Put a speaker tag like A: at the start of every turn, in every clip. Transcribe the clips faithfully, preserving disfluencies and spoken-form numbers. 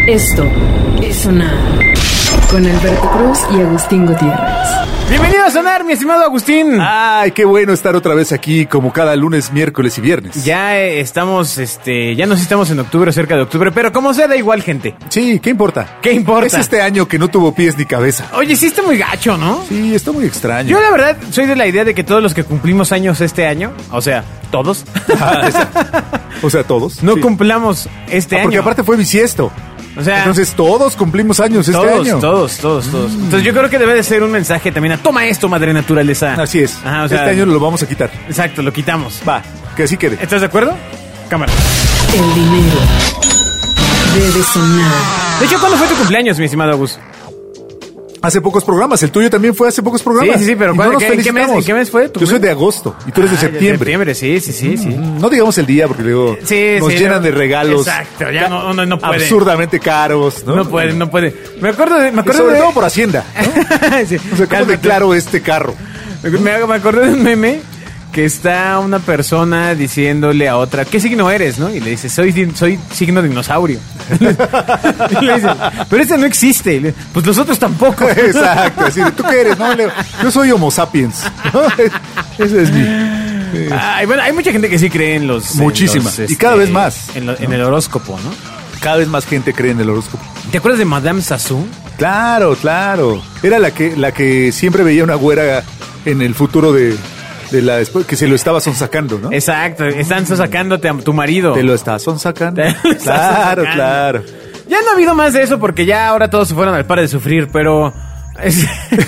A: Esto es Sonar con Alberto Cruz y Agustín Gutiérrez.
B: Bienvenido a Sonar, mi estimado Agustín.
C: Ay, qué bueno estar otra vez aquí, como cada lunes, miércoles y viernes.
B: Ya eh, estamos, este, ya nos estamos en octubre o cerca de octubre, pero como sea, da igual, gente.
C: Sí, ¿qué importa?
B: ¿Qué importa?
C: Es este año que no tuvo pies ni cabeza.
B: Oye, sí está muy gacho, ¿no?
C: Sí, está muy extraño.
B: Yo la verdad soy de la idea de que todos los que cumplimos años este año, o sea, todos,
C: Ah, esa- o sea, todos.
B: no
C: sí.
B: cumplamos este
C: Ah,
B: año.
C: porque aparte fue bisiesto.
B: O sea,
C: Entonces todos cumplimos años este
B: todos,
C: año.
B: todos, todos, todos. Entonces yo creo que debe de ser un mensaje también a toma esto, madre naturaleza.
C: Así es.
B: Ajá, o sea,
C: este año lo vamos a quitar.
B: Exacto, lo quitamos.
C: Va, que así quede.
B: ¿Estás de acuerdo? Cámara.
A: El dinero debe sonar.
B: De hecho, ¿cuándo fue tu cumpleaños, mi estimado Agus?
C: Hace pocos programas, el tuyo también fue hace pocos programas.
B: Sí, sí, sí, pero
C: Y
B: ¿cuál-
C: no nos
B: qué- en qué mes-
C: felicitamos.
B: en qué mes fue tu
C: Yo soy de
B: cumpleaños?
C: agosto y tú eres de
B: Ah, de
C: septiembre.
B: septiembre, sí, sí, sí, sí.
C: Mm, No digamos el día porque luego
B: Sí,
C: nos
B: sí,
C: llenan
B: no.
C: de regalos.
B: Exacto, ya no, no, no puede.
C: Absurdamente caros, ¿no?
B: No puede, no puede. Me acuerdo de... Me
C: Y
B: acuerdo
C: sobre
B: de...
C: todo por Hacienda, ¿no?
B: Sí,
C: O sea, ¿cómo
B: cálmate.
C: declaro este carro?
B: Me, me acordé de un meme que está una persona diciéndole a otra, ¿qué signo eres, no? Y le dice, soy, di- soy signo dinosaurio. Y le dice, pero ese no existe. Y le- pues nosotros tampoco.
C: Exacto, así de, ¿tú qué eres? No, Leo, yo soy Homo sapiens. ¿no? Ese es mi...
B: Ay, bueno, hay mucha gente que sí cree en los... en
C: Muchísima.
B: los,
C: Y cada vez más.
B: En, lo- en el horóscopo, ¿no?
C: Cada vez más gente cree en el horóscopo.
B: ¿Te acuerdas de Madame Sassou?
C: Claro, claro. Era la que, la que siempre veía una güera en el futuro de, de la esposa, que se lo estaba sonsacando, ¿no?
B: Exacto, están sacándote a tu marido.
C: Te lo está sonsacando.
B: Te lo está
C: Claro,
B: sonsacando.
C: claro.
B: Ya no ha habido más de eso porque ya ahora todos se fueron al par de sufrir, pero... es-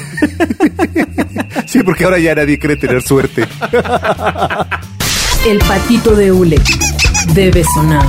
C: Sí, porque ahora ya nadie cree tener suerte.
A: El patito de hule debe sonar.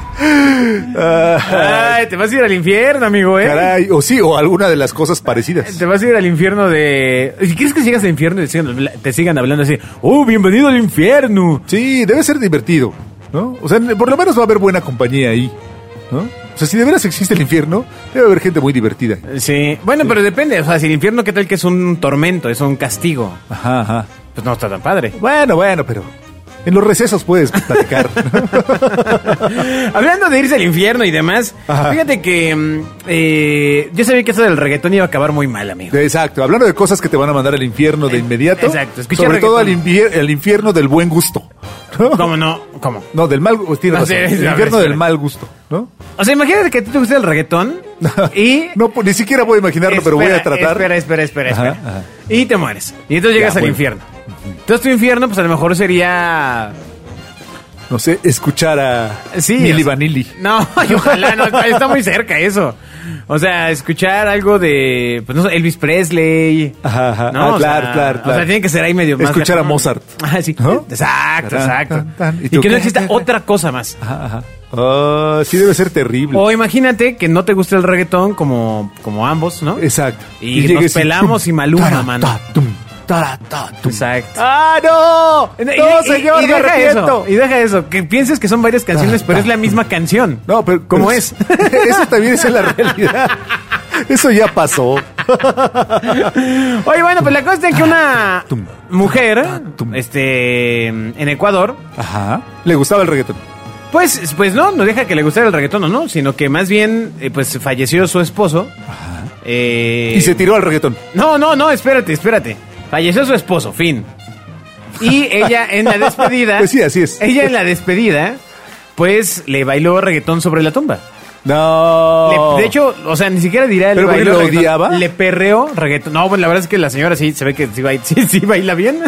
B: Ay, te vas a ir al infierno, amigo, ¿eh?
C: Caray, o sí, o alguna de las cosas parecidas.
B: Te vas a ir al infierno de... ¿Y ¿Quieres que llegas al infierno y te sigan, habla- te sigan hablando así? ¡Oh, bienvenido al infierno!
C: Sí, debe ser divertido, ¿no? O sea, por lo menos va a haber buena compañía ahí, ¿no? O sea, si de veras existe el infierno, debe haber gente muy divertida.
B: Sí, bueno, pero depende. O sea, si el infierno, ¿qué tal que es un tormento, es un castigo?
C: Ajá, ajá.
B: Pues no está tan padre.
C: Bueno, bueno, pero en los recesos puedes platicar.
B: Hablando de irse al infierno y demás,
C: Ajá.
B: fíjate que mm, eh, yo sabía que eso del reggaetón iba a acabar muy mal, amigo.
C: Exacto, hablando de cosas que te van a mandar al infierno de inmediato.
B: Exacto, escucha
C: sobre todo al
B: reggaetón.
C: infier- al infierno del buen gusto. ¿no?
B: ¿Cómo no? ¿Cómo?
C: No, del mal gusto.
B: No, sí,
C: el
B: sí, a ver,
C: infierno
B: espera.
C: del mal gusto, ¿no?
B: O sea, imagínate que a ti te gusta el reggaetón y...
C: No, pues, ni siquiera voy a imaginarlo, pero voy a
B: Espera,
C: tratar.
B: Espera, espera, espera,
C: Ajá,
B: espera.
C: ajá.
B: Y te mueres. Y entonces llegas
C: Ya,
B: al
C: bueno.
B: infierno. Entonces tu infierno, pues a lo mejor sería...
C: No sé, escuchar a
B: Sí,
C: Milli
B: o sea,
C: Vanilli.
B: No, y ojalá, no, está, está muy cerca eso. O sea, escuchar algo de, pues no sé, Elvis Presley.
C: Ajá, ajá.
B: No,
C: Ah,
B: o
C: claro,
B: sea,
C: claro,
B: O
C: claro.
B: sea, tiene que ser ahí medio más...
C: Escuchar a
B: lejano.
C: Mozart.
B: Ah, sí.
C: ¿No?
B: Exacto,
C: Tan,
B: exacto.
C: tan, tan. ¿Y
B: Y,
C: tú
B: que no
C: qué?
B: exista otra cosa más.
C: Ajá, ajá. Ah, sí debe ser terrible.
B: O imagínate que no te guste el reggaetón como, como ambos, ¿no?
C: Exacto.
B: Y, nos
C: llegues
B: pelamos y, Maluma,
C: tara,
B: mano.
C: ta, tum, tara, ta, tum.
B: Exacto.
C: ¡Ah, no!
B: Y-
C: ¡No,
B: y-
C: señor,
B: y
C: me
B: deja
C: arrepiento!
B: eso, y deja eso, que pienses que son varias canciones,
C: Ta,
B: pero
C: ta,
B: es la misma canción.
C: No, pero...
B: ¿Cómo
C: pero
B: es?
C: Eso también es en la realidad. Eso ya pasó.
B: Oye, bueno, pues la cosa es que una
C: tum,
B: mujer,
C: tum.
B: este, en Ecuador,
C: Ajá. Le gustaba el reggaetón.
B: pues, pues no, no deja que le gustara el reggaetón o no, sino que más bien, eh, pues falleció su esposo. Eh,
C: Y se tiró al reggaetón.
B: No, no, no, espérate, espérate. Falleció su esposo, fin. Y ella en la despedida.
C: Pues sí, así es.
B: Ella en la despedida, pues le bailó reggaetón sobre la tumba.
C: No.
B: Le- de hecho, o sea, ni siquiera dirá le
C: ¿Pero porque
B: bailó
C: lo
B: reggaetón.
C: odiaba?
B: Le perreó reggaetón. No, pues la verdad es que la señora sí se ve que sí, baila, sí, sí baila bien.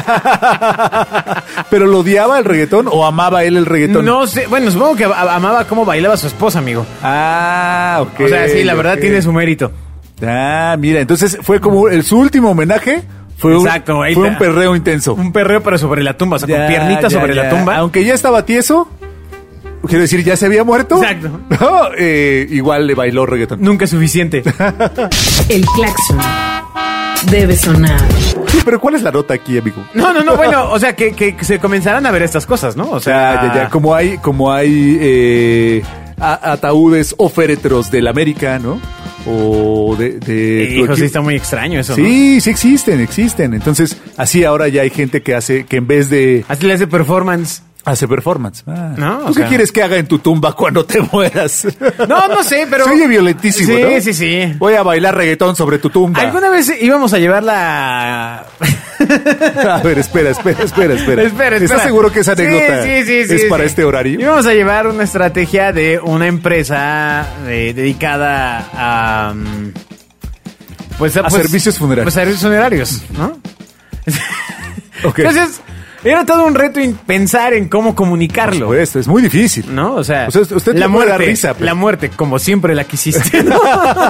C: ¿Pero lo odiaba el reggaetón o amaba él el reggaetón?
B: No sé, bueno, supongo que a- amaba cómo bailaba su esposa, amigo.
C: Ah, ok.
B: O sea, sí, la verdad
C: ok.
B: tiene su mérito.
C: Ah, mira, entonces fue como el, su último homenaje. Fue,
B: Exacto,
C: un,
B: ahí
C: fue
B: está.
C: un perreo intenso.
B: Un perreo, pero sobre la tumba, o sea,
C: Ya,
B: con piernitas
C: ya,
B: sobre
C: ya.
B: la tumba.
C: Aunque ya estaba tieso, quiero decir, ya se había muerto.
B: Exacto.
C: No, eh, igual le bailó reggaetón.
B: Nunca es suficiente.
A: El claxon debe sonar.
C: Sí, pero ¿cuál es la nota aquí, amigo?
B: No, no, no, bueno, o sea, que, que se comenzarán a ver estas cosas, ¿no? O sea,
C: Ya, ya, ya. Como hay, como hay eh, a- ataúdes o féretros del América, ¿no? O de... de tu
B: hijo, sí
C: equi-
B: está muy extraño eso, ¿no?
C: Sí, sí existen, existen. Entonces, así ahora ya hay gente que hace, que en vez de...
B: Así le hace performance.
C: Hace performance. Ah.
B: No, o
C: ¿Tú
B: sea-
C: qué quieres que haga en tu tumba cuando te mueras?
B: No, no sé, pero...
C: Se oye violentísimo,
B: Sí,
C: ¿no?
B: sí, sí.
C: Voy a bailar reggaetón sobre tu tumba.
B: ¿Alguna vez íbamos a llevar la...
C: A ver, espera, espera, espera, espera.
B: Espera, espera.
C: ¿Estás seguro que esa
B: Sí,
C: anécdota
B: sí, sí, sí,
C: es para
B: sí.
C: este horario?
B: Íbamos a llevar una estrategia de una empresa eh, dedicada a... mm, Pues
C: A servicios funerarios.
B: Pues servicios funerarios, ¿no?
C: Ok.
B: Entonces, era todo un reto in- pensar en cómo comunicarlo.
C: Por supuesto, es muy difícil.
B: ¿No? O sea,
C: O sea, usted
B: la
C: le puede dar
B: muerte,
C: risa, pero-
B: la muerte, como siempre la quisiste, ¿no?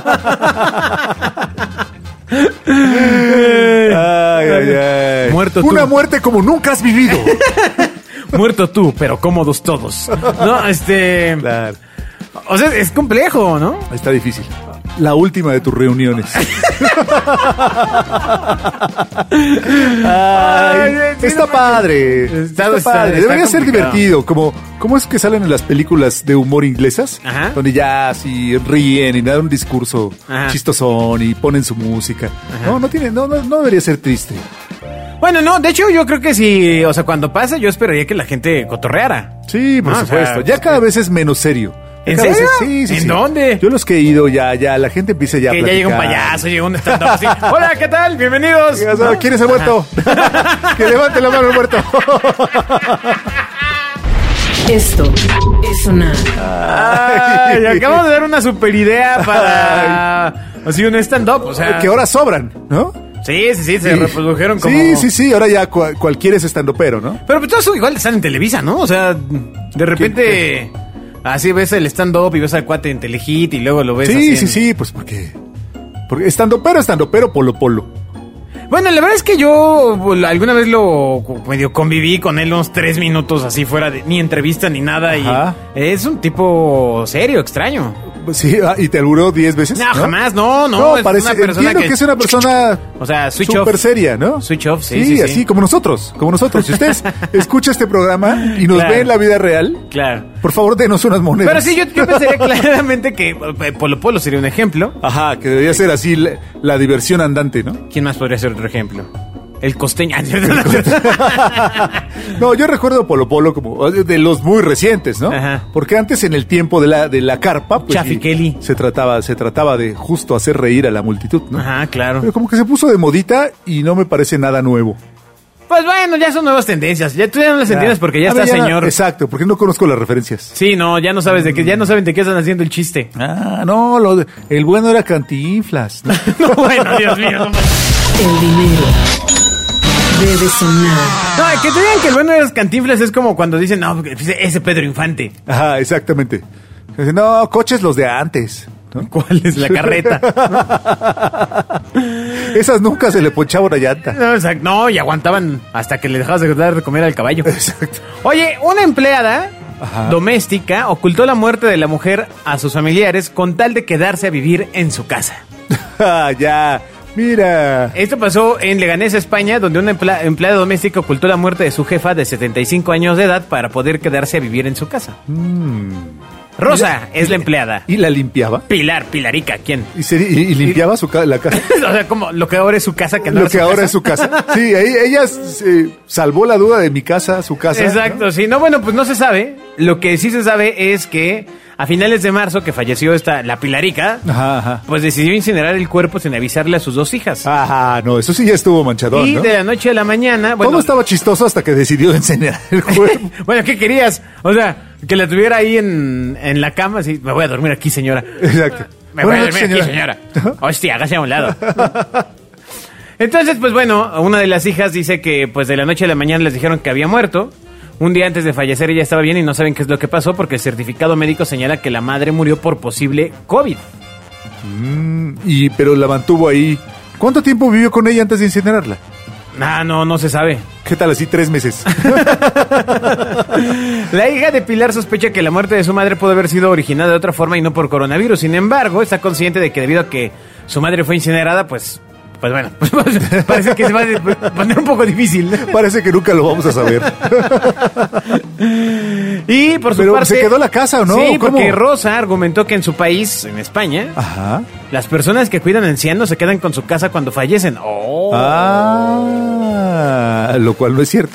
C: Ay, ay, ay.
B: Muerto tú.
C: Una muerte como nunca has vivido.
B: Muerto tú, pero cómodos todos. No, este...
C: Claro.
B: O sea, es complejo, ¿no?
C: Está difícil. La última de tus reuniones. Ay,
B: sí,
C: está
B: no
C: padre.
B: Está-
C: Está,
B: está-
C: padre.
B: está
C: Debería ser
B: complicado.
C: divertido. Como, ¿cómo es que salen en las películas de humor inglesas?
B: Ajá.
C: Donde ya así ríen y dan un discurso
B: Ajá.
C: chistosón y ponen su música.
B: Ajá.
C: No, no tiene, no, no, no debería ser triste.
B: Bueno, no, de hecho yo creo que si, o sea, cuando pasa yo esperaría que la gente cotorreara.
C: Sí, por
B: No, o
C: supuesto.
B: sea,
C: ya cada vez es menos serio. Ya
B: ¿En
C: cada
B: serio?
C: vez es- sí, sí,
B: ¿En
C: sí.
B: dónde?
C: Yo los que he ido ya, ya, la gente empieza ya a
B: Que ya llega un
C: platicar.
B: payaso, llega un stand-up así. Hola, ¿qué tal? Bienvenidos.
C: Digas, "Ah, ¿quién es el muerto? Que levante la mano el muerto.
A: Esto es sonar.
B: Ay, acabamos de dar una super idea para así un stand-up, o sea.
C: Que ahora sobran, ¿no?
B: Sí, sí, sí, se
C: Sí.
B: reprodujeron como.
C: Sí, sí, sí, ahora ya cua- cualquiera es estandopero, ¿no?
B: Pero pues todo eso igual están en Televisa, ¿no? O sea, de repente así ves el stand-up y ves al cuate en Telehit y luego lo ves así
C: Sí,
B: en-
C: sí, sí, pues porque... Porque estandopero, estandopero, polo, polo.
B: Bueno, la verdad es que yo pues, alguna vez lo medio conviví con él unos tres minutos así fuera de ni entrevista ni nada
C: Ajá.
B: y es un tipo serio, extraño.
C: Sí, ah, y te alburó diez veces.
B: No, jamás, no, no,
C: No,
B: es
C: parece,
B: una persona
C: entiendo
B: que-
C: que... es una persona
B: O sea, switch
C: súper
B: off.
C: seria, ¿no?
B: Switch off, sí,
C: Sí,
B: sí, sí.
C: así como nosotros, como nosotros. Si usted escucha este programa y nos
B: Claro.
C: ve en la vida real,
B: Claro.
C: por favor, denos unas monedas.
B: Pero sí, yo, yo pensaría claramente que eh, Polo Polo sería un ejemplo.
C: Ajá, que debería ser así la, la diversión andante, ¿no?
B: ¿Quién más podría ser otro ejemplo? El costeño.
C: No, yo recuerdo Polo Polo como de los muy recientes, ¿no?
B: Ajá.
C: Porque antes en el tiempo de la de la carpa, pues
B: Chaffy
C: y-
B: Kelly.
C: se trataba se trataba de justo hacer reír a la multitud, ¿no?
B: Ajá, claro.
C: Pero como que se puso de modita y no me parece nada nuevo.
B: Pues bueno, ya son nuevas tendencias. Ya tú ya no las entiendes porque ya
C: A
B: está
C: ver,
B: señor.
C: Exacto, porque no conozco las referencias.
B: Sí, no, ya no sabes de qué, ya no saben de qué están haciendo el chiste.
C: Ah, no, lo de- el bueno era Cantinflas, ¿no?
B: No, bueno, Dios mío. No,
A: El dinero debe sonar.
B: No, que te digan que el bueno de los Cantinflas es como cuando dicen, no, ese Pedro Infante.
C: Ajá, exactamente. Dice, no, coches los de antes, ¿no?
B: ¿Cuál es la carreta?
C: Esas nunca se le ponchaba una llanta.
B: No, exacto. No, y aguantaban hasta que le dejabas de dar de comer al caballo.
C: Exacto.
B: Oye, una empleada
C: Ajá.
B: doméstica ocultó la muerte de la mujer a sus familiares con tal de quedarse a vivir en su casa.
C: Ah, ya, mira.
B: Esto pasó en Leganés, España, donde una empla- empleada doméstica ocultó la muerte de su jefa de setenta y cinco años de edad para poder quedarse a vivir en su casa. Rosa es la empleada.
C: ¿Y la limpiaba?
B: Pilar, Pilarica, ¿quién?
C: ¿Y, se- y- y limpiaba su ca- la casa?
B: O sea, como lo que ahora es su casa, que no
C: Lo
B: era
C: que
B: su
C: ahora
B: casa.
C: es su casa. Sí, ahí ella eh, salvó la duda de mi casa, su casa.
B: Exacto,
C: ¿no?
B: sí. No, bueno, pues no se sabe. Lo que sí se sabe es que a finales de marzo, que falleció esta, la Pilarica,
C: Ajá, ajá.
B: pues decidió incinerar el cuerpo sin avisarle a sus dos hijas.
C: Ajá, no, eso sí ya estuvo manchadón,
B: y
C: ¿no?
B: de la noche a la mañana, bueno,
C: Todo estaba chistoso hasta que decidió enseñar el cuerpo.
B: bueno, ¿qué querías? O sea, que la tuviera ahí en, en la cama, así, me voy a dormir aquí, señora.
C: Exacto.
B: Me voy a
C: Buenas
B: dormir
C: noches,
B: aquí, señora. Hostia, hágase a un lado. Entonces, pues bueno, una de las hijas dice que pues de la noche a la mañana les dijeron que había muerto. Un día antes de fallecer ella estaba bien y no saben qué es lo que pasó porque el certificado médico señala que la madre murió por posible COVID.
C: Mm, y, pero la mantuvo ahí. ¿Cuánto tiempo vivió con ella antes de incinerarla?
B: Ah, no, no se sabe.
C: ¿Qué tal así? Tres meses.
B: La hija de Pilar sospecha que la muerte de su madre pudo haber sido originada de otra forma y no por coronavirus. Sin embargo, está consciente de que debido a que su madre fue incinerada, pues, pues bueno, pues, parece que se va a poner un poco difícil.
C: Parece que nunca lo vamos a saber.
B: Y por su
C: Pero,
B: parte,
C: ¿se quedó la casa o no?
B: Sí,
C: ¿Cómo?
B: porque Rosa argumentó que en su país, en España,
C: Ajá.
B: las personas que cuidan ancianos se quedan con su casa cuando fallecen. Oh.
C: Ah, lo cual no es cierto.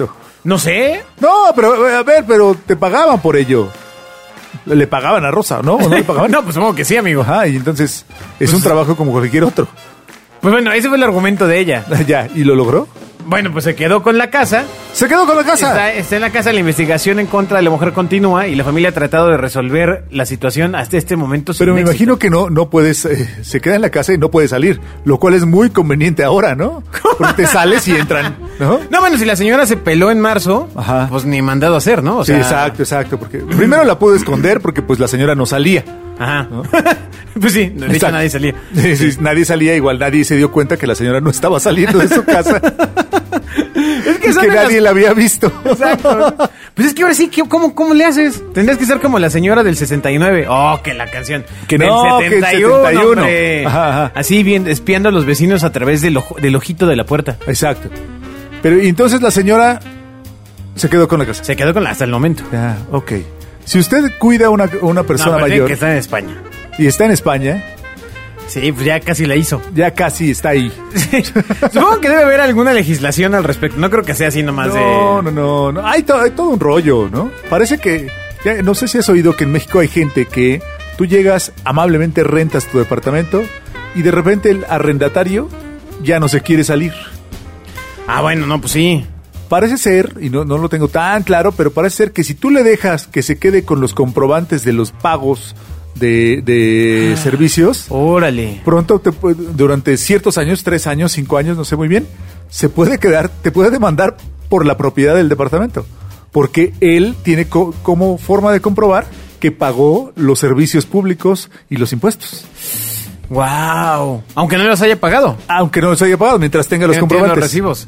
B: No sé.
C: No, pero a ver, pero te pagaban por ello. Le pagaban a Rosa, ¿no? ¿O no le pagaban?
B: No, pues supongo que sí, amigo.
C: Ajá, y entonces es
B: Pues-
C: un trabajo como cualquier otro.
B: Pues bueno, ese fue el argumento de ella.
C: Ya, ¿y lo logró?
B: Bueno, pues se quedó con la casa.
C: Se quedó con la casa.
B: Está, está en la casa, la investigación en contra de la mujer continúa y la familia ha tratado de resolver la situación hasta este momento.
C: Pero
B: sin
C: me
B: éxito.
C: imagino que no, no puedes, eh, se queda en la casa y no puede salir, lo cual es muy conveniente ahora, ¿no? Porque te sales y entran, ¿no?
B: No, bueno, si la señora se peló en marzo,
C: Ajá.
B: pues ni mandado a hacer, ¿no? O
C: Sí,
B: sea,
C: exacto, exacto, porque primero la pudo esconder porque pues la señora no salía.
B: Ajá. Pues sí, de hecho
C: Exacto.
B: nadie salía.
C: Sí, sí, nadie salía, igual nadie se dio cuenta que la señora no estaba saliendo de su casa.
B: Es que,
C: Y
B: son
C: que
B: de las-
C: nadie la había visto.
B: Exacto. Pues es que ahora sí, ¿qué- ¿cómo, ¿cómo le haces? Tendrías que ser como la señora del sesenta y nueve. Oh, que la canción.
C: Que
B: Del
C: no, que el setenta y uno.
B: hombre.
C: Ajá, ajá.
B: Así bien, espiando a los vecinos a través del, ojo- del ojito de la puerta.
C: Exacto. Pero y entonces la señora se quedó con la casa.
B: Se quedó con la hasta el momento.
C: Ya, ok. Si usted cuida a una, una persona
B: No, pero tiene
C: mayor
B: que está en España.
C: y está en España,
B: Sí, pues ya casi la hizo.
C: ya casi está ahí.
B: Supongo que debe haber alguna legislación al respecto. No creo que sea así nomás
C: No,
B: de...
C: no, no, no. Hay, to- hay todo un rollo, ¿no? Parece que, ya, no sé si has oído que en México hay gente que tú llegas, amablemente rentas tu departamento y de repente el arrendatario ya no se quiere salir.
B: Ah, bueno, no, pues sí.
C: Parece ser, y no, no lo tengo tan claro, pero parece ser que si tú le dejas que se quede con los comprobantes de los pagos de, de servicios,
B: Órale.
C: pronto te puede- durante ciertos años, tres años, cinco años, no sé muy bien, se puede quedar, te puede demandar por la propiedad del departamento, porque él tiene co- como forma de comprobar que pagó los servicios públicos y los impuestos,
B: Wow. Aunque no los haya pagado.
C: aunque no los haya pagado, mientras tenga los
B: Que no tiene
C: comprobantes.
B: los recibos.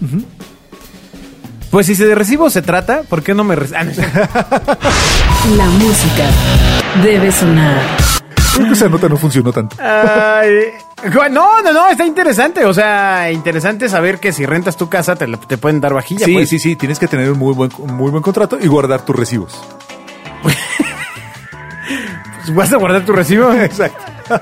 B: Pues si se de recibos se trata, ¿por qué no me... re- Ah, no.
A: La música debe sonar.
C: Creo que esa nota no funcionó tanto.
B: Ay, no, no, no, está interesante. O sea, interesante saber que si rentas tu casa te, la- te pueden dar vajilla.
C: Sí,
B: pues.
C: sí, sí, tienes que tener un muy buen, un muy buen contrato y guardar tus recibos.
B: Pues, ¿vas a guardar tu recibo?
C: Exacto.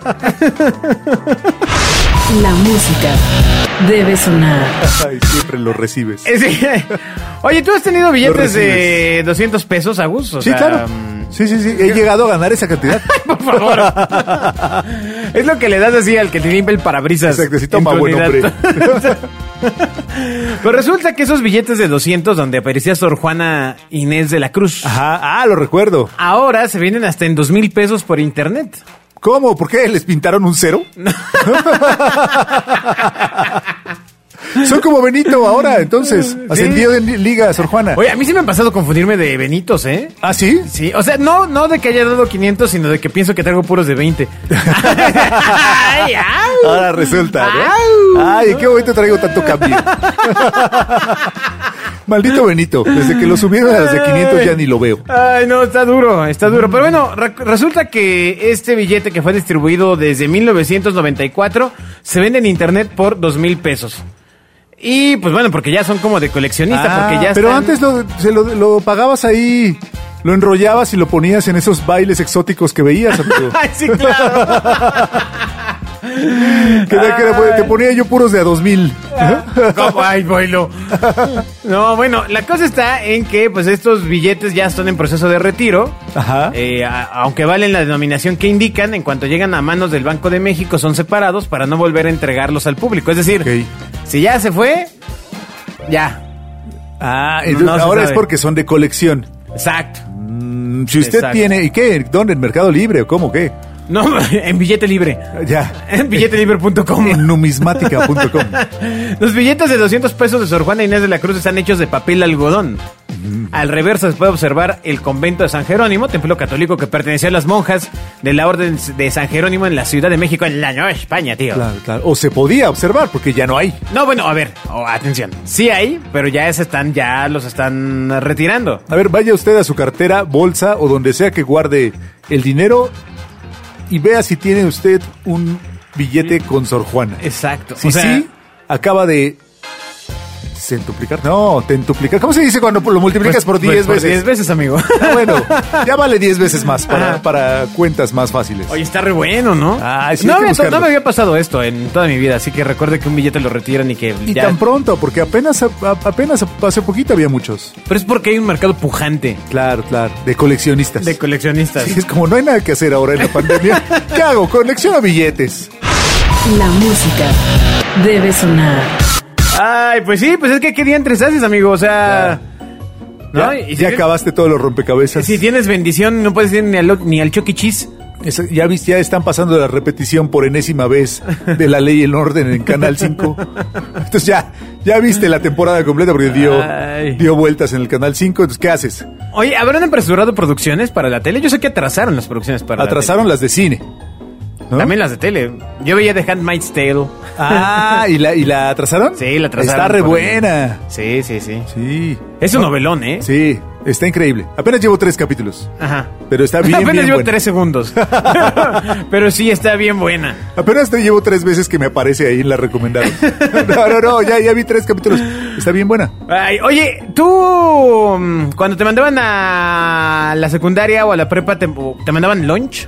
A: La música debe sonar.
C: Ay, siempre lo recibes.
B: Eh, sí. Oye, ¿tú has tenido billetes
C: recibes.
B: de doscientos pesos, Agus? O
C: Sí,
B: sea,
C: claro.
B: mm,
C: Sí, sí, sí. He llegado a ganar esa cantidad.
B: por favor. Es lo que le das así al que te limpia el parabrisas.
C: Exacto, sí,
B: en
C: toma,
B: tu
C: buen
B: unidad.
C: hombre.
B: Pues resulta que esos billetes de doscientos donde aparecía Sor Juana Inés de la Cruz,
C: Ajá, ah, lo recuerdo.
B: ahora se venden hasta en dos mil pesos por internet.
C: ¿Cómo? ¿Por qué? ¿Les pintaron un cero? Son como Benito ahora, entonces. Ascendió de li- liga, Sor Juana.
B: Oye, a mí sí me han pasado confundirme de Benitos, ¿eh?
C: ¿Ah, sí?
B: Sí, o sea, no, no de que haya dado quinientos, sino de que pienso que traigo puros de veinte. Ay, au.
C: Ahora resulta,
B: Au.
C: ¿no? Ay, qué bonito traigo tanto cambio. Maldito Benito. Desde que lo subieron a las de quinientos ya ni lo veo.
B: Ay, no, está duro, está duro. Pero bueno, re- resulta que este billete que fue distribuido desde mil novecientos noventa y cuatro se vende en internet por dos mil pesos. Y pues bueno, porque ya son como de coleccionista,
C: Ah,
B: porque ya
C: pero
B: están-
C: antes lo, se lo, lo pagabas ahí, lo enrollabas y lo ponías en esos bailes exóticos que veías, amigo.
B: Ay, sí, claro.
C: Que era- que era- te ponía yo puros de a dos mil.
B: ¿Cómo? Ay, boilo. No, bueno, la cosa está en que pues estos billetes ya están en proceso de retiro.
C: Ajá.
B: Eh, a- aunque valen la denominación que indican, en cuanto llegan a manos del Banco de México son separados para no volver a entregarlos al público. Es decir,
C: Ok.
B: si ya se fue, ya.
C: Ah, entonces
B: No se
C: ahora
B: sabe.
C: es porque son de colección.
B: Exacto.
C: Mm, si usted
B: Exacto.
C: tiene, ¿y qué? ¿Dónde? ¿En Mercado Libre o cómo? ¿Qué?
B: No, en billete libre.
C: Ya.
B: En billete libre punto com.
C: En numismática punto com.
B: Los billetes de doscientos pesos de Sor Juana Inés de la Cruz están hechos de papel algodón. Al reverso se puede observar el convento de San Jerónimo, templo católico que perteneció a las monjas de la orden de San Jerónimo en la Ciudad de México, en la Nueva España, tío.
C: Claro, claro. O se podía observar porque ya no hay.
B: No, bueno, a ver, oh, atención. Sí hay, pero ya se están, ya los están retirando.
C: A ver, vaya usted a su cartera, bolsa o donde sea que guarde el dinero y vea si tiene usted un billete con Sor Juana.
B: Exacto.
C: Si
B: o sea,
C: sí, acaba de centuplicar. No, tentuplicar. ¿Cómo se dice cuando lo multiplicas
B: Pues-
C: por
B: pues
C: diez
B: por
C: veces?
B: diez veces, amigo.
C: Ah, bueno, ya vale diez veces más para,
B: Ajá.
C: para cuentas más fáciles.
B: Oye, está re bueno, ¿no?
C: Ay, sí,
B: no,
C: hay que
B: me,
C: buscarlo.
B: no me había pasado esto en toda mi vida, así que recuerde que un billete lo retiran y que
C: y
B: ya...
C: tan pronto, porque apenas, a- apenas hace poquito había muchos.
B: Pero es porque hay un mercado pujante
C: Claro, claro, de coleccionistas.
B: de coleccionistas.
C: Sí, es como no hay nada que hacer ahora en la pandemia. ¿Qué hago? Colecciono billetes.
A: La música debe sonar.
B: Ay, pues sí, pues es que qué diantres haces, amigo, o sea... ¿no?
C: Ya,
B: Y
C: ya
B: si,
C: acabaste todos los rompecabezas.
B: si tienes bendición, no puedes ir ni al, ni al Chuck E. Cheese.
C: Eso, ya viste, ya están pasando la repetición por enésima vez de La Ley y el Orden en Canal cinco. Entonces ya, ya viste la temporada completa porque dio,
B: Ay.
C: dio vueltas en el Canal cinco. Entonces, ¿qué haces?
B: Oye, ¿habrán apresurado producciones para la tele? Yo sé que atrasaron las producciones para
C: Atrasaron las de cine.
B: la tele.
C: ¿no?
B: También las de tele. Yo veía The Handmaid's Tale.
C: Ah, ¿y la, ¿y la atrasaron?
B: Sí, la atrasaron.
C: Está re
B: por-
C: buena.
B: Sí, sí, sí.
C: Sí.
B: Es un novelón, ¿eh?
C: Sí, está increíble. Apenas llevo tres capítulos.
B: Ajá.
C: Pero está bien,
B: Apenas
C: bien
B: llevo
C: buena.
B: tres segundos. Pero sí, está bien buena.
C: Apenas te llevo tres veces que me aparece ahí en la recomendada. No, no, no, ya, ya vi tres capítulos. Está bien buena.
B: Ay, oye, tú, mm, cuando te mandaban a la secundaria o a la prepa, ¿te, te mandaban lunch?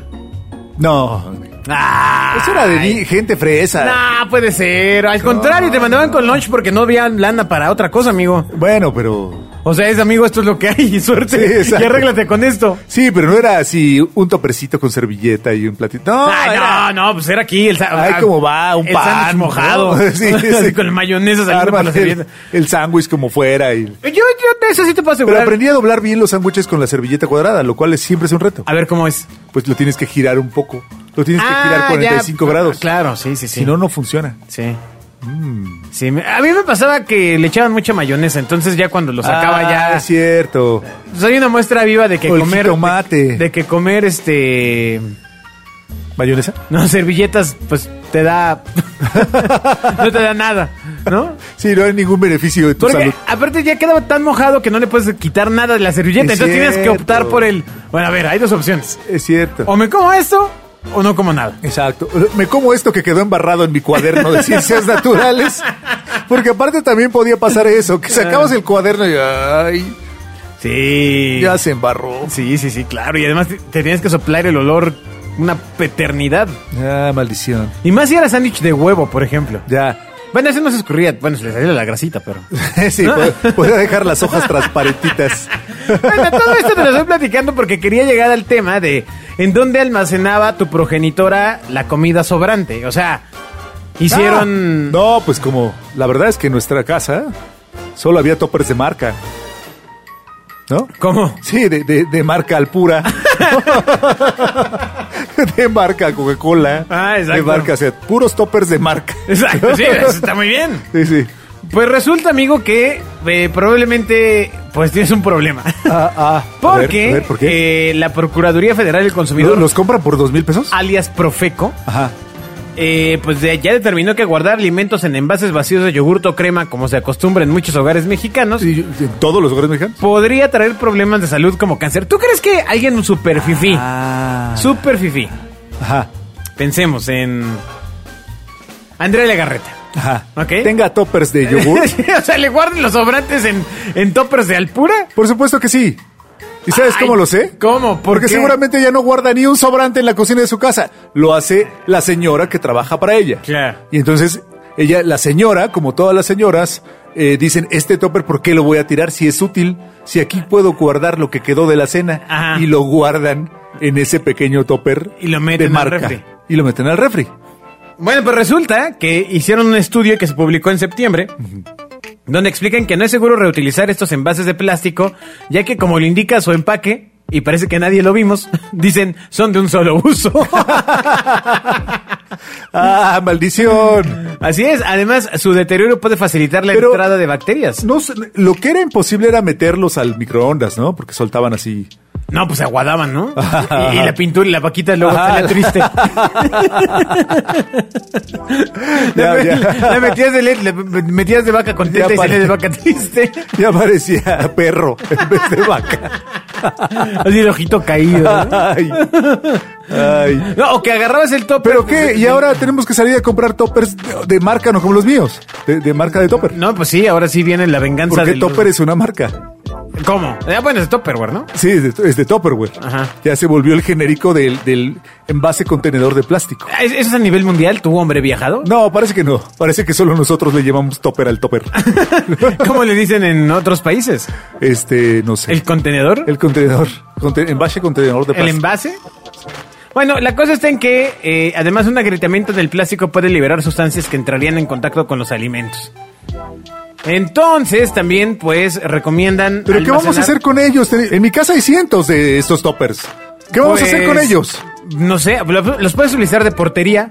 C: No,
B: Ah,
C: eso era de ni- gente fresa.
B: No, puede ser. Al contrario, te mandaban con lunch porque no había lana para otra cosa, amigo.
C: Bueno, pero...
B: O sea, es amigo, esto es lo que hay, suerte.
C: Sí, exacto.
B: Y arréglate con esto.
C: Sí, pero no era así un topercito con servilleta y un platito. No,
B: Ay,
C: era-
B: no, no, pues era aquí el sa-
C: Ay, cómo va, un
B: el
C: pan,
B: sándwich mojado.
C: ¿no? Sí, sí.
B: Así con la mayonesa saliendo por la
C: Ármate
B: servilleta.
C: el, el sándwich como fuera. Y...
B: Yo, yo de eso sí te puedo
C: Pero
B: asegurar.
C: aprendí a doblar bien los sándwiches con la servilleta cuadrada, lo cual es, siempre es un reto.
B: A ver cómo es.
C: Pues lo tienes que girar un poco. Lo tienes que
B: Ah,
C: girar cuarenta y
B: ya,
C: cinco grados.
B: Claro, sí, sí, sí.
C: Si no, no funciona.
B: Sí. Sí, me- a mí me pasaba que le echaban mucha mayonesa, entonces ya cuando lo sacaba
C: Ah,
B: ya...
C: es cierto.
B: Soy una muestra viva de que
C: O el
B: comer...
C: jitomate.
B: De, de que comer, este...
C: ¿Mayonesa?
B: No, servilletas, pues te da... no te da nada, ¿no?
C: Sí, no hay ningún beneficio de tu
B: Porque
C: salud.
B: aparte ya quedaba tan mojado que no le puedes quitar nada de la servilleta,
C: Es
B: entonces tienes que optar
C: cierto.
B: por el... Bueno, a ver, hay dos opciones.
C: Es cierto.
B: O me como esto o no como nada.
C: Exacto. Me como esto que quedó embarrado en mi cuaderno de ciencias naturales. Porque aparte también podía pasar eso, que sacabas el cuaderno y ay,
B: Sí.
C: ya se embarró.
B: Sí, sí, sí, claro. Y además te, te tenías que soplar el olor una paternidad.
C: Ah, maldición.
B: Y más si era sándwich de huevo, por ejemplo.
C: Ya.
B: Bueno, ese no se escurría. Bueno, se le salía la grasita, pero...
C: Sí, pod- podía dejar las hojas transparentitas.
B: Bueno, todo esto te lo estoy platicando porque quería llegar al tema de en dónde almacenaba tu progenitora la comida sobrante. O sea, hicieron...
C: Ah, no, pues como la verdad es que en nuestra casa solo había toppers de marca. ¿No?
B: ¿Cómo?
C: Sí, de, de, de marca Alpura. De marca Coca-Cola.
B: Ah, exacto.
C: De marca, o sea, puros toppers de marca.
B: Exacto, sí, eso está muy bien.
C: Sí, sí.
B: Pues resulta, amigo, que eh, probablemente pues tienes un problema.
C: Ah, ah. A ver,
B: Porque
C: a ver, ¿por qué?
B: eh, la Procuraduría Federal del
C: ¿Lo-
B: Consumidor,
C: ¿Los compran por dos mil pesos?
B: alias Profeco,
C: Ajá.
B: eh, pues de- ya determinó que guardar alimentos en envases vacíos de yogur o crema, como se acostumbra en muchos hogares mexicanos,
C: Sí, ¿en todos los hogares mexicanos?
B: podría traer problemas de salud como cáncer. ¿Tú crees que alguien super fifí,
C: Ah.
B: super fifí,
C: Ajá.
B: pensemos en Andrea Legarreta,
C: Ajá.
B: ¿ok?
C: Tenga toppers de yogur.
B: o sea, le guarden los sobrantes en, en toppers de Alpura?
C: Por supuesto que sí. ¿Y sabes
B: Ay,
C: cómo lo sé?
B: ¿Cómo? ¿Por
C: Porque
B: qué?
C: seguramente ella no guarda ni un sobrante en la cocina de su casa. Lo hace la señora que trabaja para ella.
B: Claro.
C: Y entonces, ella, la señora, como todas las señoras, eh, dicen, este topper, ¿por qué lo voy a tirar? Si es útil, si aquí puedo guardar lo que quedó de la cena.
B: Ajá.
C: Y lo guardan en ese pequeño topper
B: Y lo
C: de
B: meten al
C: marca.
B: refri.
C: Y lo meten al refri.
B: Bueno, pues resulta que hicieron un estudio que se publicó en septiembre, donde explican que no es seguro reutilizar estos envases de plástico, ya que como lo indica su empaque, y parece que nadie lo vimos, dicen, son de un solo uso.
C: ¡Ah, maldición!
B: Así es, además su deterioro puede facilitar la
C: Pero-
B: entrada de bacterias.
C: No, sé, lo que era imposible era meterlos al microondas, ¿no? Porque soltaban así
B: No, pues se aguadaban, ¿no? Y, y la pintura y la vaquita luego salía triste.
C: Ya,
B: le,
C: ya.
B: le metías de, le, le metías de vaca contenta
C: Ya
B: y salía
C: pare-
B: de vaca triste.
C: Ya parecía perro en vez de vaca.
B: Así el ojito caído, ¿no?
C: Ay, ay.
B: No, o que agarrabas el topper.
C: ¿Pero qué? Y ahora tenemos que salir a comprar toppers de, de marca, no como los míos. De, de marca de topper.
B: No, pues sí, ahora sí viene la venganza
C: Porque
B: de los-
C: topper es una marca.
B: ¿Cómo? Ah, bueno, es Tupperware, ¿no?
C: Sí, es de, es de Tupperware.
B: Ajá.
C: Ya se volvió el genérico del, del envase contenedor de plástico.
B: Ah, ¿Eso es a nivel mundial? ¿Tú, hombre viajado?
C: No, parece que no. Parece que solo nosotros le llamamos topper al topper.
B: ¿Cómo le dicen en otros países?
C: Este, no sé.
B: ¿El contenedor?
C: El contenedor. Conte- envase contenedor de
B: ¿El
C: plástico.
B: envase? Bueno, la cosa está en que, eh, además, un agrietamiento del plástico puede liberar sustancias que entrarían en contacto con los alimentos. Entonces, también, pues, recomiendan...
C: ¿Pero qué vamos a
B: almacenar-
C: hacer con ellos? En mi casa hay cientos de estos toppers. ¿Qué vamos
B: Pues,
C: a hacer con ellos?
B: No sé, lo- los puedes utilizar de portería.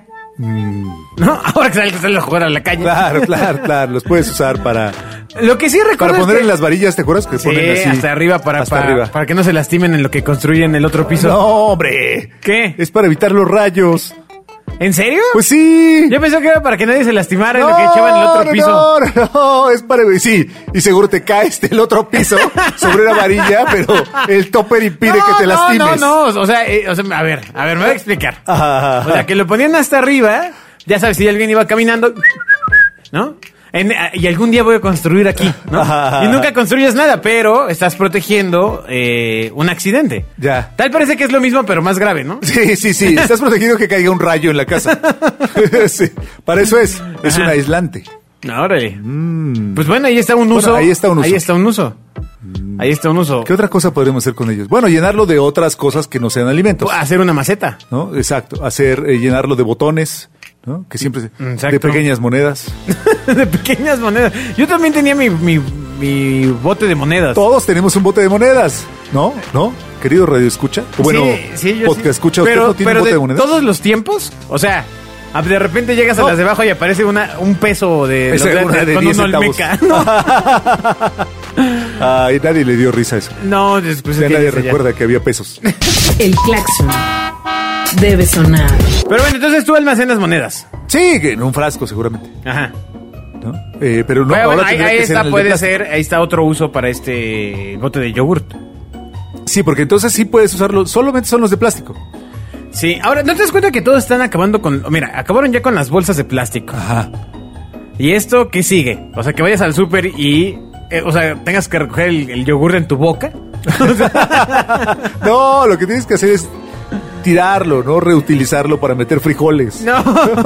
B: ¿No? Ahora que sales que sales a jugar a la calle.
C: Claro, claro, claro. Los puedes usar para,
B: Lo que sí recuerdo
C: para
B: es
C: poner
B: que-
C: en las varillas, ¿te acuerdas? Que
B: Sí,
C: ponen así.
B: hasta arriba para,
C: hasta
B: para,
C: arriba.
B: para que no se lastimen en lo que construyen el otro piso.
C: No, hombre.
B: ¿Qué?
C: Es para evitar los rayos.
B: ¿En serio?
C: Pues sí.
B: Yo pensé que era para que nadie se lastimara en lo que echaban en el otro
C: no,
B: piso.
C: No, no, no, es para... Sí, y seguro te caes del otro piso sobre una varilla, pero el topper impide
B: no,
C: que te
B: no,
C: lastimes.
B: No, no, o sea, eh, o sea, a ver, a ver, me voy a explicar.
C: Ajá, ajá.
B: O sea, que lo ponían hasta arriba, ya sabes, si alguien iba caminando, ¿no? En- y algún día voy a construir aquí, ¿no?
C: Ajá.
B: Y nunca construyes nada, pero estás protegiendo eh, un accidente.
C: Ya.
B: Tal parece que es lo mismo, pero más grave, ¿no?
C: Sí, sí, sí. Estás protegido que caiga un rayo en la casa. Sí, para eso es. Es
B: Ajá.
C: un aislante.
B: No, órale. Pues bueno, ahí está un
C: Bueno,
B: uso.
C: ahí está un uso.
B: Ahí está un uso. Ahí está un uso.
C: ¿Qué otra cosa podremos hacer con ellos? Bueno, llenarlo de otras cosas que no sean alimentos.
B: Hacer una maceta.
C: ¿No? Exacto. Hacer, eh, llenarlo de botones, ¿no? Que siempre se-
B: Exacto.
C: de pequeñas monedas.
B: De pequeñas monedas. Yo también tenía mi, mi, mi bote de monedas.
C: Todos tenemos un bote de monedas, ¿no? ¿No? Querido Radio Escucha. O bueno,
B: Sí, sí, yo
C: podcast
B: sí.
C: Escucha, ¿usted
B: pero,
C: no tiene
B: pero
C: un bote
B: de,
C: de monedas?
B: todos los tiempos, o sea, a- de repente llegas
C: No.
B: a las de abajo y aparece una, un peso de,
C: Esa
B: los
C: una de
B: con
C: diez
B: un
C: centavos.
B: olmeca. No,
C: Ay, nadie le dio risa a eso.
B: no, después
C: Ya
B: es que
C: nadie
B: dice ya.
C: recuerda que había pesos.
A: El claxon debe sonar.
B: Pero bueno, entonces tú almacenas monedas.
C: Sí, que en un frasco seguramente,
B: Ajá.
C: ¿no? Eh, pero no,
B: Bueno,
C: ahora
B: bueno, ahí,
C: tendría
B: ahí
C: que ser
B: está,
C: en el de
B: puede
C: plástico.
B: ser, ahí está otro uso para este bote de yogurt.
C: Sí, porque entonces sí puedes usarlo, solamente son los de plástico.
B: Sí, ahora, ¿no te das cuenta que todos están acabando con... Mira, acabaron ya con las bolsas de plástico.
C: Ajá.
B: ¿Y esto qué sigue? O sea, que vayas al súper y... eh, o sea, tengas que recoger el, el yogur en tu boca.
C: No, lo que tienes que hacer es tirarlo, ¿no? Reutilizarlo para meter frijoles.
B: No.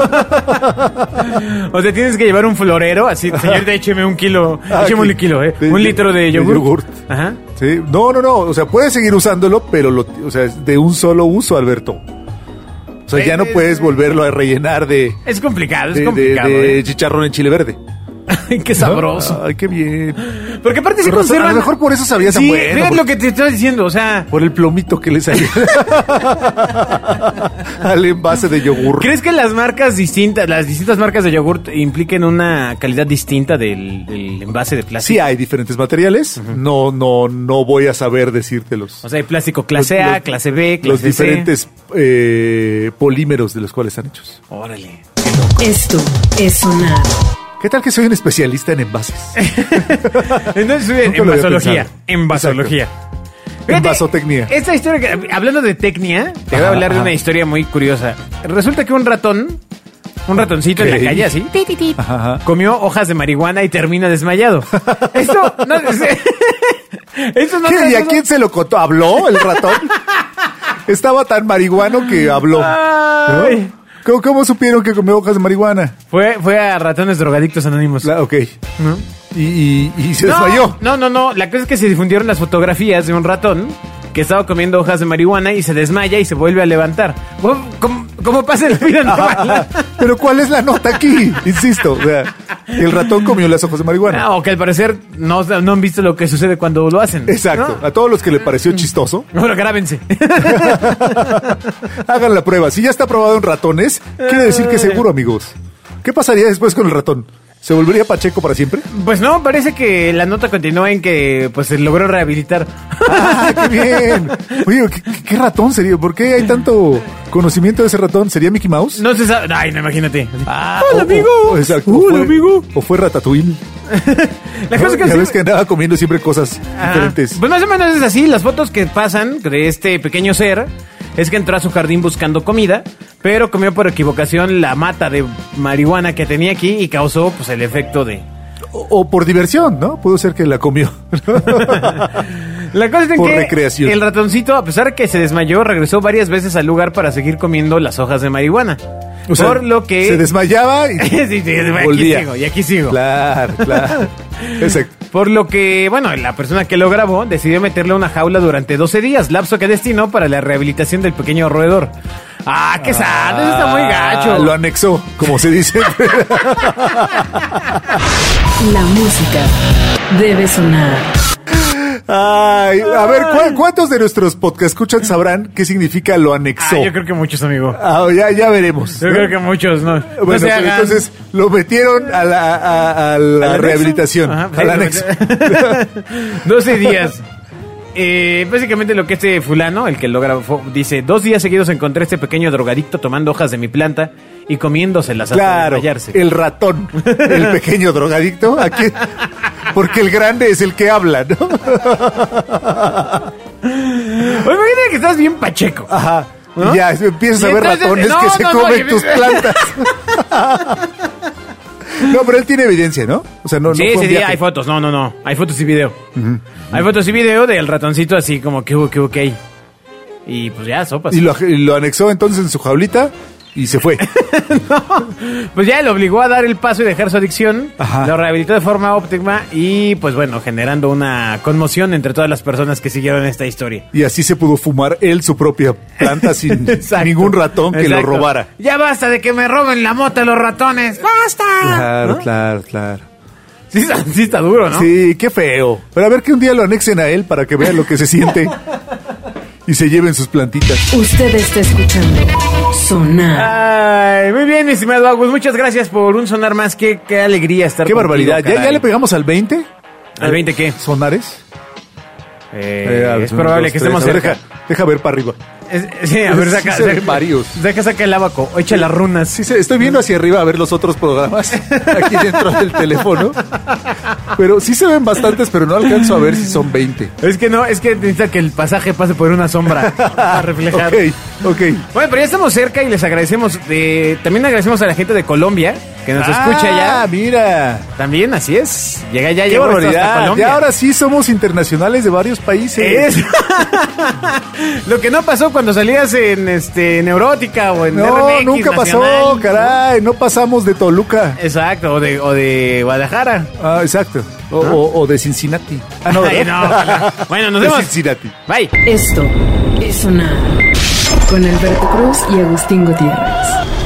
B: O sea, tienes que llevar un florero, así, señorita, écheme un kilo,
C: Ah,
B: écheme
C: que-
B: un kilo, ¿eh?
C: de-
B: un
C: de-
B: litro de
C: de
B: yogur.
C: yogurt.
B: Ajá.
C: Sí. No, no, no. O sea, puedes seguir usándolo, pero lo, o sea, es de un solo uso, Alberto. O sea, ya no
B: Eh,
C: puedes volverlo a rellenar de,
B: Es complicado, es
C: de, de-
B: complicado,
C: de
B: ¿eh?
C: chicharrón en chile verde.
B: Ay, qué sabroso.
C: Ay, qué bien.
B: Porque aparte se
C: Con razón,
B: conservan...
C: a lo mejor por eso sabía tan
B: Sí,
C: bueno,
B: fíjate
C: por-
B: lo que te estoy diciendo, o sea...
C: Por el plomito que le salía al envase de yogur.
B: ¿Crees que las marcas distintas, las distintas marcas de yogurt impliquen una calidad distinta del, del envase de plástico?
C: Sí hay diferentes materiales. No, no, no voy a saber decírtelos.
B: O sea, hay plástico clase
C: Los-
B: A,
C: los-
B: clase B, clase
C: Los
B: C.
C: diferentes eh, polímeros de los cuales están hechos.
B: Órale.
A: Esto es sonar.
C: ¿Qué tal que soy un especialista en envases?
B: Entonces, en
C: Nunca lo había
B: envasología.
C: pensado.
B: Envasología. Fíjate,
C: Envasotecnia.
B: Esta historia, que, hablando de tecnia, te voy a
C: Ajá,
B: hablar de
C: ajá.
B: una historia muy curiosa. Resulta que un ratón, un ratoncito en
C: Ok.
B: la calle así, ti, ti, ti,
C: Ajá, ajá.
B: comió hojas de marihuana y termina desmayado. Esto no... Esto no
C: ¿Qué? ¿Y a
B: esto-
C: quién se lo contó? ¿Habló el ratón? Estaba tan marihuano que habló.
B: Ay.
C: ¿No? ¿Cómo, cómo supieron que comió hojas de marihuana?
B: Fue, fue a ratones drogadictos anónimos.
C: La- ok.
B: ¿No?
C: Y, y- y se
B: No,
C: desmayó.
B: No, no, no. La cosa es que se difundieron las fotografías de un ratón que estaba comiendo hojas de marihuana y se desmaya y se vuelve a levantar. ¿Cómo, cómo pasa en la vida normal?
C: Pero ¿cuál es la nota aquí? Insisto, o sea, el ratón comió las hojas de marihuana.
B: Ah, o que al parecer no, no han visto lo que sucede cuando lo hacen.
C: Exacto.
B: ¿no?
C: A todos los que le pareció chistoso,
B: Bueno, grábense.
C: hagan la prueba. Si ya está probado en ratones, quiere decir que seguro, amigos. ¿Qué pasaría después con el ratón? ¿Se volvería Pacheco para siempre?
B: Pues no, parece que la nota continúa en que pues se logró rehabilitar.
C: ¡Ah, qué bien! Oye, ¿qué, qué ratón sería? ¿Por qué hay tanto conocimiento de ese ratón? ¿Sería Mickey Mouse?
B: No se sabe. Ay, no, imagínate.
C: Ah,
B: Hola,
C: o-
B: amigo.
C: o- exacto.
B: Hola,
C: o fue,
B: amigo.
C: O fue Ratatouille.
B: La cosa es que
C: ya
B: sí-
C: ves que andaba comiendo siempre cosas
B: Ajá.
C: diferentes.
B: Pues más o menos es así. Las fotos que pasan de este pequeño ser es que entró a su jardín buscando comida, pero comió por equivocación la mata de marihuana que tenía aquí y causó pues el efecto de...
C: O, o por diversión, ¿no? Pudo ser que la comió.
B: La cosa es en
C: Por
B: que
C: recreación.
B: el ratoncito, a pesar de que se desmayó, regresó varias veces al lugar para seguir comiendo las hojas de marihuana.
C: O sea,
B: por lo que...
C: se desmayaba y
B: sí, sí, sí, aquí
C: volvía.
B: sigo, y aquí sigo.
C: Claro, claro. Exacto.
B: Por lo que, bueno, la persona que lo grabó decidió meterle a una jaula durante doce días, lapso que destinó para la rehabilitación del pequeño roedor. ¡Ah, qué sad! Eso está muy gacho.
C: Ah, lo anexó, como se dice.
A: La música debe sonar.
C: Ay, a ver, ¿cu- ¿cuántos de nuestros podcast escuchan sabrán qué significa lo anexó?
B: Ah, yo creo que muchos, amigo.
C: Ah, ya, ya veremos.
B: Yo
C: ¿no?
B: creo que muchos, ¿no? No
C: Bueno,
B: se
C: pero
B: hagan-
C: entonces lo metieron a la, a, a la
B: ¿Al anexo?
C: rehabilitación,
B: Ajá,
C: al
B: sí,
C: anexo.
B: doce días. Eh, básicamente lo que este fulano, el que lo grabó, dice: dos días seguidos encontré a este pequeño drogadicto tomando hojas de mi planta y comiéndoselas hasta
C: Claro,
B: desmayarse.
C: el ratón, el pequeño drogadicto, aquí, porque el grande es el que habla, ¿no?
B: Oye, imagínate que estás bien pacheco.
C: Ajá.
B: ¿No?
C: Y ya empiezas
B: Y
C: a ver
B: entonces-
C: ratones
B: no,
C: que se
B: no, no,
C: comen
B: y-
C: tus plantas. No, pero él tiene evidencia, ¿no? O sea, no,
B: Sí,
C: no fue un
B: sí, sí,
C: viaje.
B: hay fotos. No, no, no. Hay fotos y video. Hay fotos y video del ratoncito así como que hubo, que hubo, que hay. Y pues ya, sopas.
C: Y lo, y lo anexó entonces en su jaulita y se fue.
B: Pues ya le obligó a dar el paso y dejar su adicción.
C: Ajá.
B: Lo rehabilitó de forma óptima y pues bueno, generando una conmoción entre todas las personas que siguieron esta historia.
C: Y así se pudo fumar él su propia planta sin
B: Exacto.
C: ningún ratón que
B: Exacto.
C: lo robara.
B: Ya basta de que me roben la mota los ratones. ¡Basta!
C: Claro,
B: ¿No?
C: claro, claro.
B: Sí, está- sí está duro, ¿no?
C: Sí, qué feo. Pero a ver que un día lo anexen a él para que vean lo que se siente y se lleven sus plantitas.
A: Usted está escuchando Sonar.
B: Ay, muy bien, mi estimado Agus. Muchas gracias por un sonar más. Qué, qué alegría estar
C: Qué
B: contigo,
C: barbaridad. ¿Ya,
B: caray.
C: ya le pegamos al veinte?
B: ¿Al veinte qué?
C: ¿Sonares?
B: Eh,
C: Eh, a ver,
B: es
C: uno,
B: probable
C: dos,
B: que
C: tres.
B: estemos
C: A ver,
B: cerca.
C: Deja, deja ver para arriba.
B: Es- sí, a ver,
C: Sí
B: saca,
C: se ven
B: saca-
C: varios.
B: Deja, saca el abaco, echa las runas.
C: Sí, se- estoy viendo hacia arriba a ver los otros programas aquí dentro del teléfono. Pero sí se ven bastantes, pero no alcanzo a ver si son veinte.
B: Es que no, es que necesita que el pasaje pase por una sombra para reflejar.
C: Ok, ok.
B: Bueno, pero ya estamos cerca y les agradecemos. eh, también agradecemos a la gente de Colombia que nos escucha
C: Ah,
B: ya.
C: mira.
B: También, así es. Llega ya,
C: Qué
B: llegó esto hasta
C: barbaridad.
B: Colombia.
C: Ya ahora sí somos internacionales de varios países.
B: Es lo que no pasó cuando salías en este Neurótica o en
C: No,
B: R M X
C: nunca pasó,
B: Nacional.
C: caray. No pasamos de Toluca.
B: Exacto, o de, o de Guadalajara.
C: Ah, exacto. O, o- o de Cincinnati. Ah, no,
B: Ay,
C: ¿verdad?
B: no, ojalá. Bueno, nos
C: De
B: vemos.
C: Cincinnati.
B: Bye.
A: Esto es Sonar. Con Alberto Cruz y Agustín Gutiérrez.